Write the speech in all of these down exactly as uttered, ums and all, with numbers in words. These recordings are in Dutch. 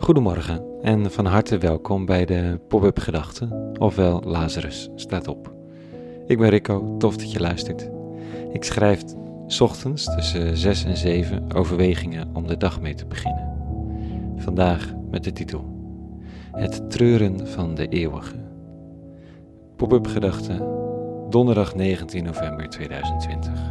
Goedemorgen en van harte welkom bij de Pop-up Gedachten, ofwel Lazarus staat op. Ik ben Rico, tof dat je luistert. Ik schrijf 's ochtends tussen zes en zeven overwegingen om de dag mee te beginnen. Vandaag met de titel Het treuren van de eeuwige. Pop-up Gedachten, donderdag negentien november tweeduizend twintig.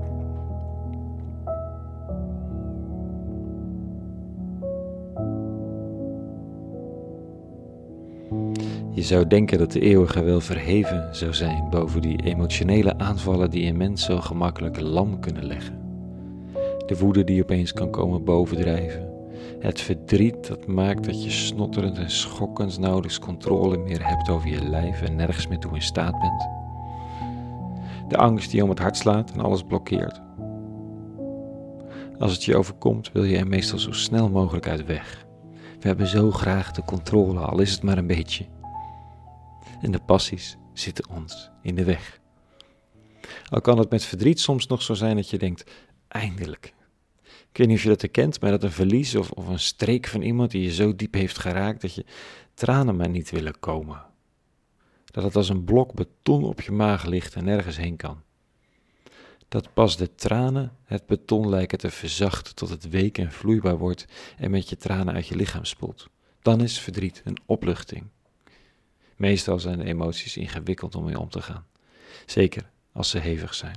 Je zou denken dat de eeuwige wel verheven zou zijn boven die emotionele aanvallen die een mens zo gemakkelijk lam kunnen leggen. De woede die opeens kan komen bovendrijven. Het verdriet dat maakt dat je snotterend en schokkend nauwelijks controle meer hebt over je lijf en nergens meer toe in staat bent. De angst die om het hart slaat en alles blokkeert. Als het je overkomt wil je er meestal zo snel mogelijk uit weg. We hebben zo graag de controle, al is het maar een beetje. En de passies zitten ons in de weg. Al kan het met verdriet soms nog zo zijn dat je denkt, eindelijk. Ik weet niet of je dat herkent, maar dat een verlies of, of een streek van iemand die je zo diep heeft geraakt, dat je tranen maar niet willen komen. Dat het als een blok beton op je maag ligt en nergens heen kan. Dat pas de tranen het beton lijken te verzachten tot het week en vloeibaar wordt en met je tranen uit je lichaam spoelt. Dan is verdriet een opluchting. Meestal zijn de emoties ingewikkeld om mee om te gaan. Zeker als ze hevig zijn.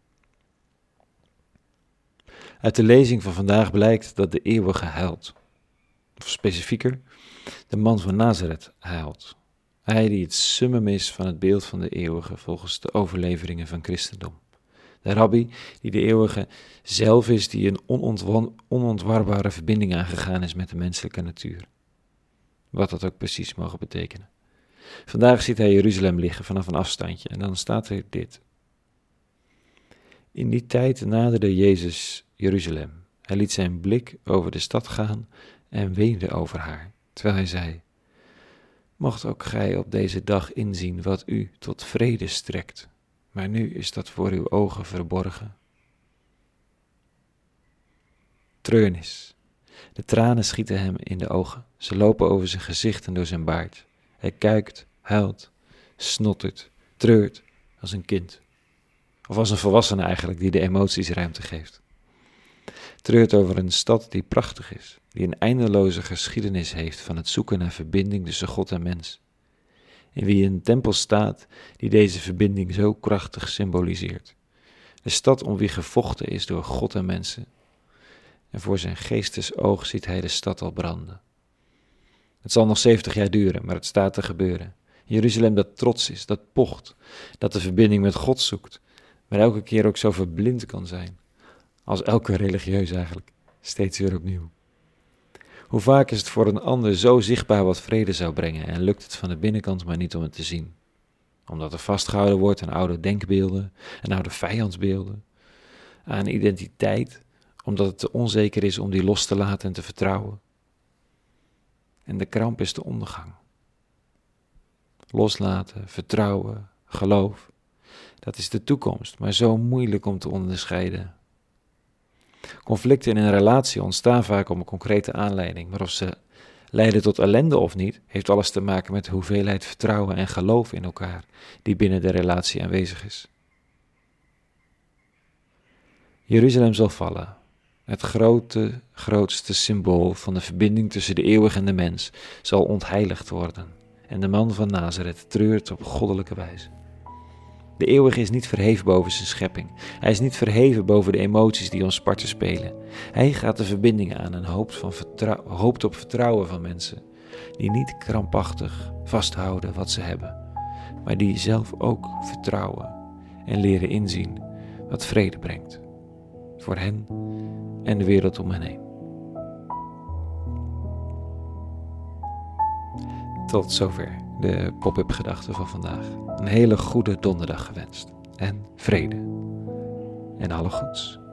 Uit de lezing van vandaag blijkt dat de eeuwige huilt. Of specifieker, de man van Nazareth huilt. Hij die het summum is van het beeld van de eeuwige volgens de overleveringen van christendom. De rabbi die de eeuwige zelf is, die een onontwa- onontwarbare verbinding aangegaan is met de menselijke natuur. Wat dat ook precies mogen betekenen. Vandaag ziet hij Jeruzalem liggen vanaf een afstandje en dan staat er dit. In die tijd naderde Jezus Jeruzalem. Hij liet zijn blik over de stad gaan en weende over haar, terwijl hij zei, mocht ook gij op deze dag inzien wat u tot vrede strekt, maar nu is dat voor uw ogen verborgen. Treurnis. De tranen schieten hem in de ogen, ze lopen over zijn gezicht en door zijn baard. Hij kijkt, huilt, snottert, treurt als een kind. Of als een volwassene eigenlijk die de emoties ruimte geeft. Treurt over een stad die prachtig is, die een eindeloze geschiedenis heeft van het zoeken naar verbinding tussen God en mens. In wie een tempel staat die deze verbinding zo krachtig symboliseert. De stad om wie gevochten is door God en mensen. En voor zijn geestesoog ziet hij de stad al branden. Het zal nog zeventig jaar duren, maar het staat te gebeuren. Jeruzalem dat trots is, dat pocht, dat de verbinding met God zoekt, maar elke keer ook zo verblind kan zijn. Als elke religieus eigenlijk, steeds weer opnieuw. Hoe vaak is het voor een ander zo zichtbaar wat vrede zou brengen en lukt het van de binnenkant maar niet om het te zien. Omdat er vastgehouden wordt aan oude denkbeelden en oude vijandsbeelden, aan identiteit, omdat het te onzeker is om die los te laten en te vertrouwen. En de kramp is de ondergang. Loslaten, vertrouwen, geloof, dat is de toekomst, maar zo moeilijk om te onderscheiden. Conflicten in een relatie ontstaan vaak om een concrete aanleiding, maar of ze leiden tot ellende of niet, heeft alles te maken met de hoeveelheid vertrouwen en geloof in elkaar die binnen de relatie aanwezig is. Jeruzalem zal vallen. Het grote, grootste symbool van de verbinding tussen de eeuwige en de mens zal ontheiligd worden. En de man van Nazareth treurt op goddelijke wijze. De eeuwige is niet verheven boven zijn schepping. Hij is niet verheven boven de emoties die ons parten spelen. Hij gaat de verbinding aan en hoopt, van vertrou- hoopt op vertrouwen van mensen. Die niet krampachtig vasthouden wat ze hebben. Maar die zelf ook vertrouwen en leren inzien wat vrede brengt. Voor hen en de wereld om hen heen. Tot zover de pop-up gedachten van vandaag. Een hele goede donderdag gewenst. En vrede. En alle goeds.